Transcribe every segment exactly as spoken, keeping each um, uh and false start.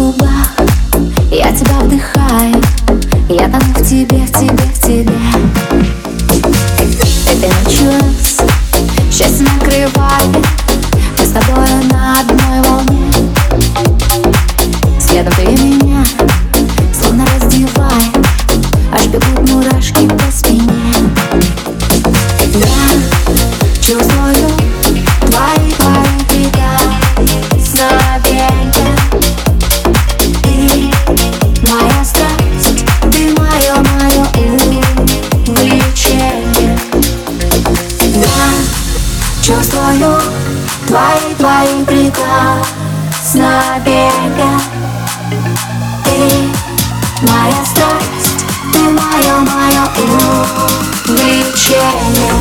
губах, я тебя вдыхаю, я тону в тебе, в тебе, в тебе. Этой ночью счастье накрывает, мы с тобой на одной волне. Взглядом ты меня словно раздевает, аж бегут мурашки по спине. Я чувствую твои, твои прикосновения. Ты моя страсть, ты мое, мое увлечение. Я чувствую твои, твои прикосновения. Ты моя страсть, ты мое, мое увлечение.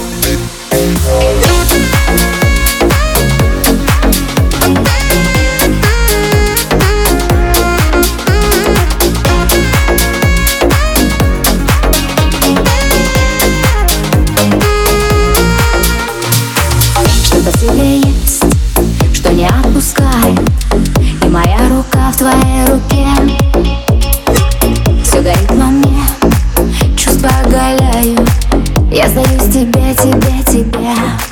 Что-то в тебе есть, что не отпускает, и моя рука в твоей руке. Все горит во мне, чувства оголяю, я сдаюсь тебе, тебе, тебе.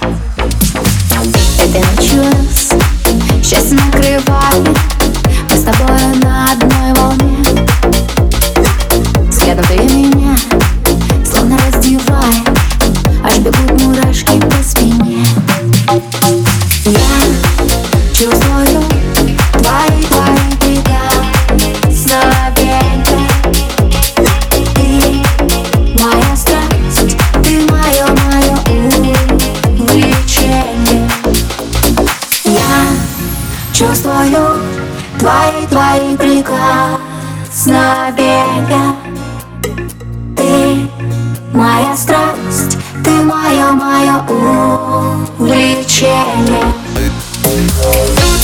Этой ночью счастье накрывает, мы с тобой на одной волне. Взглядом ты меня словно раздевает, аж бегут мурашки по спине. Я чувствую твои, твои прикосновения. Ты моя страсть, ты мое, мое увлечение. Я чувствую твои, твои прикосновения. Ты моя страсть, ты мое, мое увлечение.